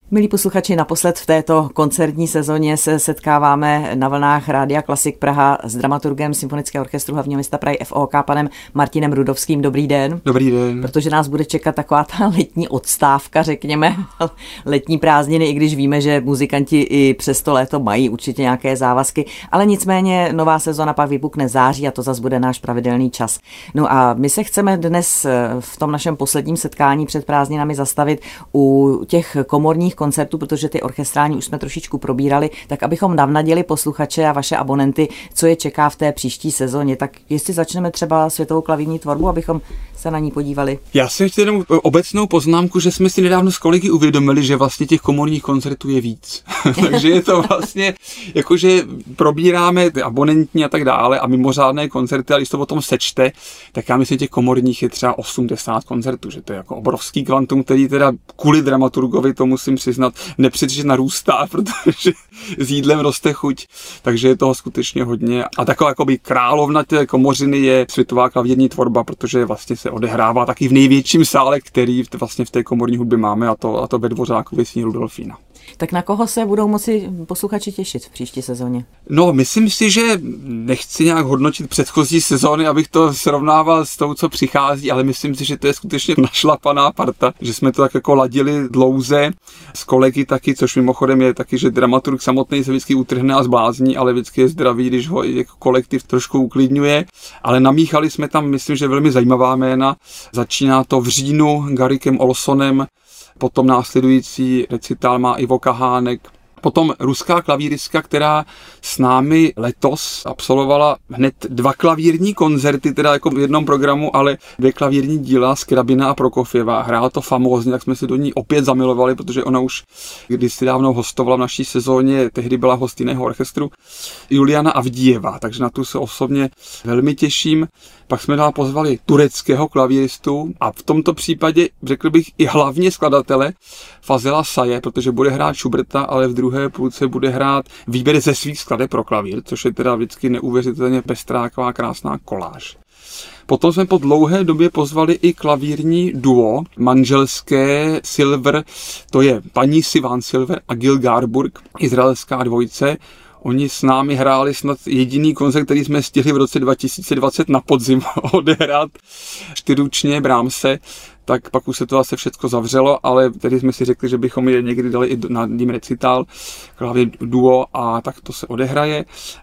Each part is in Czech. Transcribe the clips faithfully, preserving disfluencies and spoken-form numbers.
Milí posluchači, naposled v této koncertní sezóně se setkáváme na vlnách Rádia Klasik Praha s dramaturgem Symfonického orchestru hlavního města Prahy F O K, panem Martinem Rudovským. Dobrý den. Dobrý den. Protože nás bude čekat taková ta letní odstávka, řekněme, letní prázdniny, i když víme, že muzikanti i přes to léto mají určitě nějaké závazky, ale nicméně nová sezona pak vypukne září a to zas bude náš pravidelný čas. No a my se chceme dnes v tom našem posledním setkání před prázdninami zastavit u těch komorních koncertů, protože ty orchestrální už jsme trošičku probírali, tak abychom navnadili posluchače a vaše abonenty, co je čeká v té příští sezóně. Tak jestli začneme třeba světovou klavírní tvorbu, abychom se na ní podívali. Já si ještě jenom obecnou poznámku, že jsme si nedávno s kolegy uvědomili, že vlastně těch komorních koncertů je víc. Takže je to vlastně, jakože probíráme ty abonentní a tak dále a mimořádné koncerty, a když to o tom sečte, tak já myslím, že těch komorních je třeba osmdesát koncertů, že to je jako obrovský kvantum, který teda kvůli dramaturgovi, to musím přiznat, nepřetržitě narůstá, protože s jídlem roste chuť, takže je toho skutečně hodně. A taková jakoby královna té komořiny je světová klavírní tvorba, protože vlastně se odehrává taky v největším sále, který vlastně v té komorní hudbě máme, a to, a to ve Dvořákově síni Rudolfína. Tak na koho se budou moci posluchači těšit v příští sezóně? No, myslím si, že nechci nějak hodnotit předchozí sezóny, abych to srovnával s tou, co přichází, ale myslím si, že to je skutečně našlapaná parta, že jsme to tak jako ladili dlouze s kolegy taky, což mimochodem je taky, že dramaturg samotný se vždycky utrhne a zblázní, ale vždycky je zdravý, když ho jako kolektiv trošku uklidňuje. Ale namíchali jsme tam, myslím, že velmi zajímavá jména. Začíná to v říjnu Garikem Olsonem, potom následující recitál má Ivo Kahánek. Potom ruská klavíristka, která s námi letos absolvovala hned dva klavírní koncerty, teda jako v jednom programu, ale dvě klavírní díla z Krabina a Prokofjeva. Hrála to famózně, tak jsme se do ní opět zamilovali, protože ona už kdysi dávno hostovala v naší sezóně, tehdy byla host jiného orchestru, Juliana Avdijeva, takže na tu se osobně velmi těším. Pak jsme dál pozvali tureckého klavíristu a v tomto případě řekl bych i hlavně skladatele Fazela Saje, protože bude hrát Schuberta, ale v druhé půlce bude hrát výběr ze svých skladeb pro klavír, což je teda vždycky neuvěřitelně pestráková krásná koláž. Potom jsme po dlouhé době pozvali i klavírní duo manželské Silver, to je paní Sivan Silver a Gil Garburg, izraelská dvojice. Oni s námi hráli snad jediný koncert, který jsme stihli v roce dva tisíce dvacet na podzim odehrát čtyřručně Brahmse, tak pak už se to zase všecko zavřelo, ale tedy jsme si řekli, že bychom je někdy dali i na ním recitál, klavírní duo, a tak to se odehraje.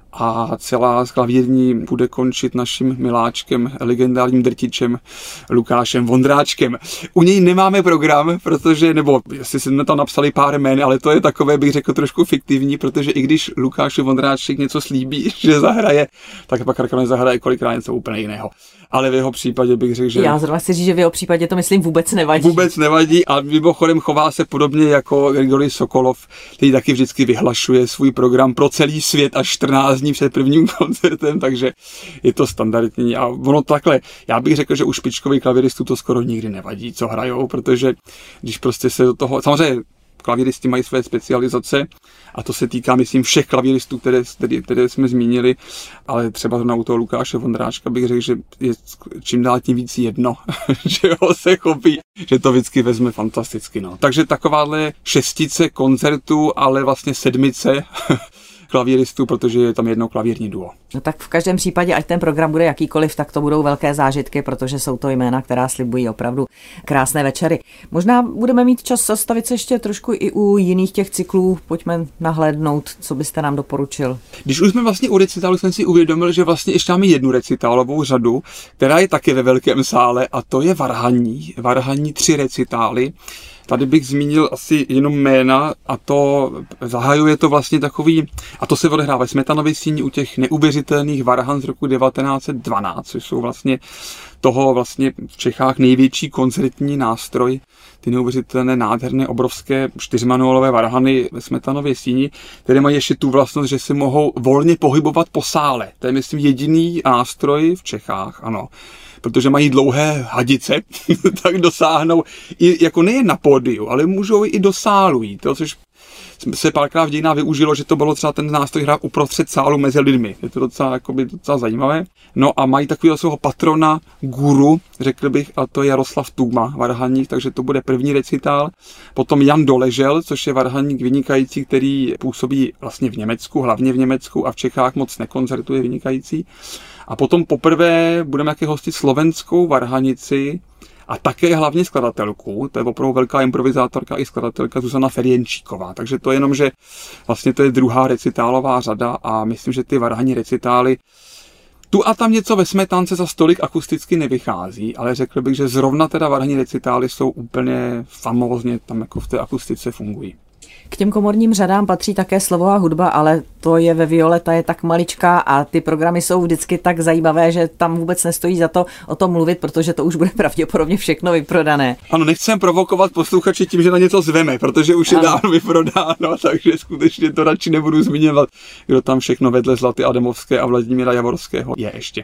A celá klavírní bude končit naším miláčkem, legendárním drtičem Lukášem Vondráčkem. U něj nemáme program, protože, nebo jestli jsme tam napsali pár jmén, ale to je takové, bych řekl, trošku fiktivní, protože i když Lukáš Vondráček něco slíbí, že zahraje, tak pak Karkané zahraje kolikrát něco úplně jiného. Ale v jeho případě bych řekl, že... Já zrovna si říct, že v jeho případě to myslím vůbec nevadí. Vůbec nevadí a mimochodem chová se podobně jako Grigorij Sokolov, který taky vždycky vyhlašuje svůj program pro celý svět až čtrnáct dní před prvním koncertem, takže je to standardní. A ono takhle, já bych řekl, že u špičkových klavíristů to skoro nikdy nevadí, co hrajou, protože když prostě se do toho... Samozřejmě klavíristi mají své specializace a to se týká, myslím, všech klavíristů, které, které, které jsme zmínili, ale třeba na u toho Lukáše Vondráčka bych řekl, že je čím dál tím víc jedno, že ho se chopí, že to vždycky vezme fantasticky. No. Takže takováhle šestice koncertů, ale vlastně sedmice klavíristů, protože je tam jedno klavírní duo. No tak v každém případě, ať ten program bude jakýkoliv, tak to budou velké zážitky, protože jsou to jména, která slibují opravdu krásné večery. Možná budeme mít čas zastavit se ještě trošku i u jiných těch cyklů. Pojďme nahlédnout, co byste nám doporučil. Když už jsme vlastně u recitálu, jsem si uvědomil, že vlastně ještě máme jednu recitálovou řadu, která je taky ve velkém sále, a to je Varhaní. Varhaní tři recitály. Tady bych zmínil asi jenom jména, a to zahajuje to vlastně takový, a to se odehrává ve Smetanově síni u těch neuvěřitelných varhan z roku devatenáct set dvanáct, což jsou vlastně toho vlastně v Čechách největší koncertní nástroj, ty neuvěřitelné, nádherné, obrovské čtyřmanuálové varhany ve Smetanově síni, které mají ještě tu vlastnost, že se mohou volně pohybovat po sále. To je, myslím, jediný nástroj v Čechách, ano. Protože mají dlouhé hadice, tak dosáhnou i jako nejen na pódiu, ale můžou i do sálu jít, to, což se párkrát v dějinách využilo, že to bylo třeba ten nástroj hrát uprostřed sálu mezi lidmi. Je to docela, jakoby, docela zajímavé. No a mají takového svého patrona, guru, řekl bych, a to je Jaroslav Tůma, varhaník, takže to bude první recitál. Potom Jan Doležel, což je varhaník vynikající, který působí vlastně v Německu, hlavně v Německu a v Čechách moc nekoncertuje, vynikající. A potom poprvé budeme jaké hostit slovenskou varhanici a také hlavně skladatelku, to je opravdu velká improvizátorka i skladatelka Zuzana Ferjenčíková. Takže to je jenom, že vlastně to je druhá recitálová řada a myslím, že ty varhaní recitály tu a tam něco ve Smetánce za stolik akusticky nevychází, ale řekl bych, že zrovna teda varhaní recitály jsou úplně famózně tam jako v té akustice fungují. K těm komorním řadám patří také slovová hudba, ale to je ve Viole, ta je tak maličká a ty programy jsou vždycky tak zajímavé, že tam vůbec nestojí za to o tom mluvit, protože to už bude pravděpodobně všechno vyprodané. Ano, nechcem provokovat posluchače tím, že na něco zveme, protože už je dávno vyprodáno, takže skutečně to radši nebudu zmiňovat, kdo tam všechno vedle Zlaty Adamovské a Vladimíra Javorského je ještě.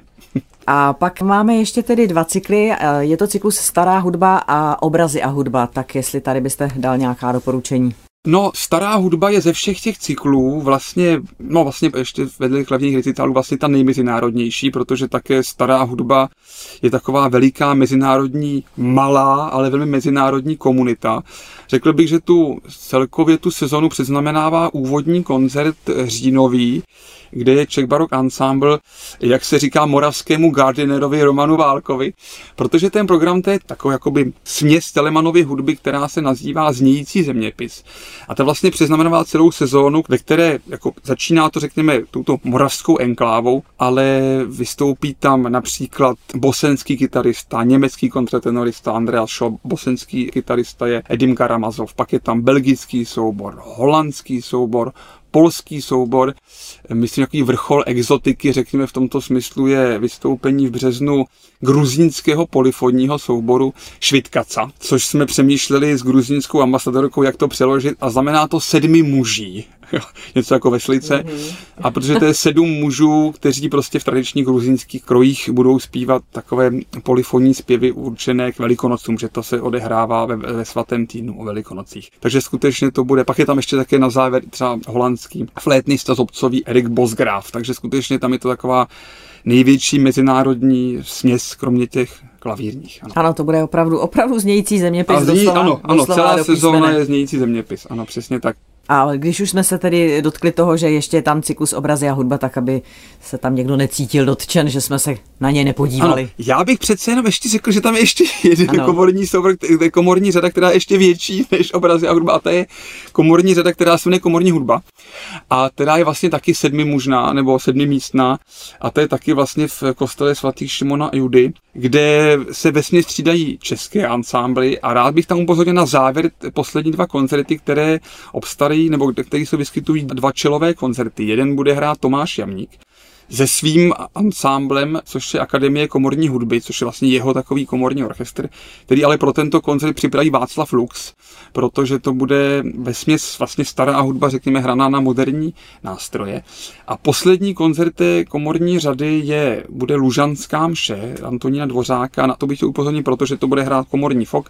A pak máme ještě tedy dva cykly, je to cyklus Stará hudba a Obrazy a hudba, tak jestli tady byste dal nějaká doporučení. No, stará hudba je ze všech těch cyklů vlastně, no vlastně ještě vedle hlavních recitálů vlastně ta nejmezinárodnější, protože také stará hudba je taková veliká mezinárodní, malá, ale velmi mezinárodní komunita. Řekl bych, že tu celkově tu sezonu předznamenává úvodní koncert říjnový, kde je Czech Baroque Ensemble, jak se říká moravskému Gardinerovi Romanu Válkovi, protože ten program to je takový jakoby směs Telemanovy hudby, která se nazývá Znějící zeměpis. A to vlastně přeznamenává celou sezónu, ve které jako začíná to, řekněme, touto moravskou enklávou, ale vystoupí tam například bosenský kytarista, německý kontratenorista Andreas Schob, bosenský kytarista je Edim Karamazov, pak je tam belgický soubor, holandský soubor, polský soubor. Myslím, jaký vrchol exotiky, řekněme v tomto smyslu, je vystoupení v březnu gruzínského polyfonního souboru Švitkaca, což jsme přemýšleli s gruzínskou ambasadorkou, jak to přeložit, a znamená to sedmi muží. Něco jako veslice. Mm-hmm. A protože to je sedm mužů, kteří prostě v tradičních gruzínských krojích budou zpívat takové polyfonní zpěvy určené k Velikonocům, že to se odehrává ve, ve svatém týdnu o Velikonocích. Takže skutečně to bude. Pak je tam ještě také na závěr třeba holandský flétnista z Obcoví Erik Bosgraaf, takže skutečně tam je to taková největší mezinárodní směs, kromě těch klavírních. Ano, ano to bude opravdu, opravdu znějící zeměpis. Zní, doslova, ano, ano celá sezóna je znějící zeměpis, ano, přesně tak. A když už jsme se tedy dotkli toho, že ještě je tam cyklus Obrazy a hudba, tak aby se tam někdo necítil dotčen, že jsme se na něj nepodívali. Ano, já bych přece jenom ještě řekl, že tam je ještě jeden ano. komorní soubor, komorní řada, která je ještě větší než Obrazy a hudba, a to je komorní řada, která se jmenuje komorní hudba. A která je vlastně taky sedmimužná nebo sedmimístná, a to je taky vlastně v kostele svatých Šimona a Judy, kde se vesměs střídají české ansámbly, a rád bych tam upozornil na závěr poslední dva koncerty, které obstarají, nebo které se vyskytují dva čelové koncerty. Jeden bude hrát Tomáš Jamník se svým ansámblem, což je Akademie komorní hudby, což je vlastně jeho takový komorní orchestr, který ale pro tento koncert připraví Václav Lux, protože to bude vesměs vlastně stará hudba, řekněme, hraná na moderní nástroje. A poslední koncert té komorní řady je, bude Lužanská mše Antonína Dvořáka, na to bych chtěl upozornit, protože to bude hrát komorní fok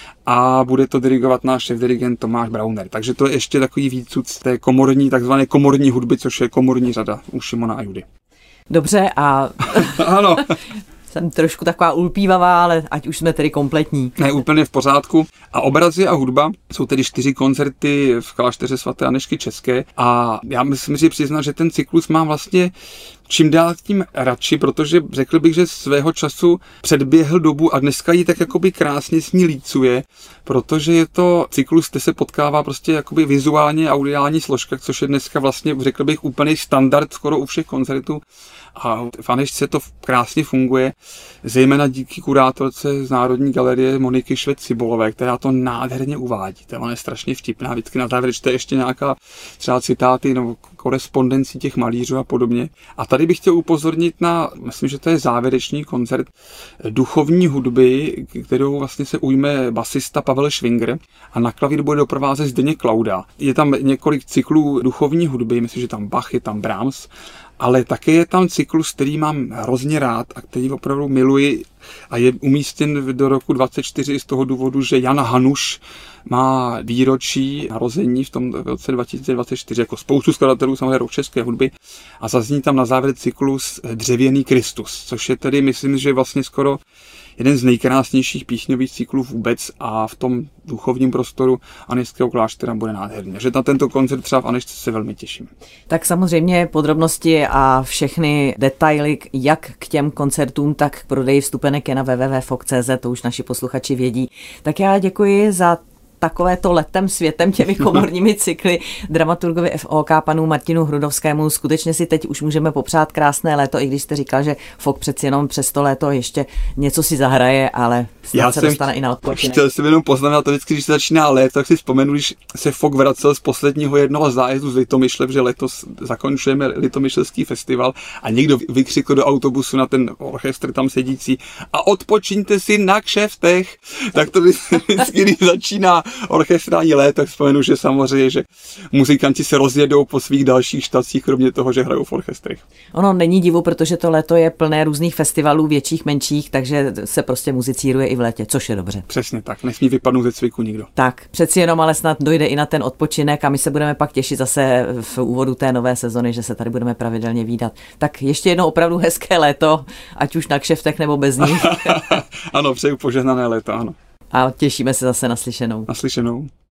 a bude to dirigovat náš šéfdirigent Tomáš Brauner. Takže to je ještě takový výcud z té komorní, takzvané komorní hudby, což je komorní řada u Šimona a Judy. Dobře, a ano. Jsem trošku taková ulpívavá, ale ať už jsme tedy kompletní. Ne, úplně v pořádku. A Obrazy a hudba jsou tedy čtyři koncerty v klášteře svaté Anežky České, a já myslím si přiznat, že ten cyklus mám vlastně čím dál tím radši, protože řekl bych, že svého času předběhl dobu a dneska ji tak jakoby krásně s ní lícuje, protože je to cyklus, kde se potkává prostě jakoby vizuálně audiální složka, což je dneska vlastně, řekl bych, úplný standard skoro u všech koncertů, a v Anežce to krásně funguje, zejména díky kurátorce z Národní galerie Moniky Švec-Cibolové, která to nádherně uvádí. To je strašně vtipná, vždycky na závěr čte ještě nějaká třeba citáty nebo korespondenci těch malířů a podobně. A tady bych chtěl upozornit na, myslím, že to je závěrečný koncert duchovní hudby, kterou vlastně se ujme basista Pavel Švingr, a na klavír bude doprovázet Zdeněk Klauda. Je tam několik cyklů duchovní hudby, myslím, že tam Bach, je tam Brahms, ale také je tam cyklus, který mám hrozně rád a který opravdu miluji, a je umístěn do roku dvacet čtyři z toho důvodu, že Jan Hanuš má výročí narození v tom roce dva tisíce dvacet čtyři, jako spoustu skladatelů, samozřejmě rok české hudby, a zazní tam na závěr cyklus Dřevěný Kristus, což je tedy, myslím, že vlastně skoro jeden z nejkrásnějších písňových cyklů vůbec a v tom duchovním prostoru Anežského kláštera bude nádherně. Že na tento koncert třeba v Anežce se velmi těším. Tak samozřejmě podrobnosti a všechny detaily, jak k těm koncertům, tak k prodeji vstupenek je na w w w tečka fok tečka c z, to už naši posluchači vědí. Tak já děkuji za takovéto letem světem těmi komorními cykly dramaturgovi F O K panu Martinu Hrudovskému. Skutečně si teď už můžeme popřát krásné léto, i když jste říkal, že Fok přeci jenom přes to léto ještě něco si zahraje, ale snad se dostane i na odpočinek. Chtěl jsem jenom poznamenat to vždycky, když se začíná léto, tak si vzpomenu, když se Fok vracel z posledního jednoho zájezdu z Litomyšle, že letos zakončujeme Litomyšlský festival a někdo vykřikl do autobusu na ten orchestr tam sedící a odpočiňte si na kšeftech. Tak to vždycky, když začíná orchestrální léto, tak vzpomenu, že samozřejmě, že muzikanti se rozjedou po svých dalších štacích, kromě toho, že hrajou v orchestrech. Ono není divu, protože to léto je plné různých festivalů, větších, menších, takže se prostě muzicíruje i v létě, což je dobře. Přesně tak, nesmí vypadnout ze cviku nikdo. Tak, přeci jenom ale snad dojde i na ten odpočinek a my se budeme pak těšit zase v úvodu té nové sezony, že se tady budeme pravidelně vídat. Tak ještě jednou opravdu hezké léto, ať už na kšeftech nebo bez nich. Ano, přeju požehnané léto, ano. A těšíme se zase na slyšenou. Na slyšenou.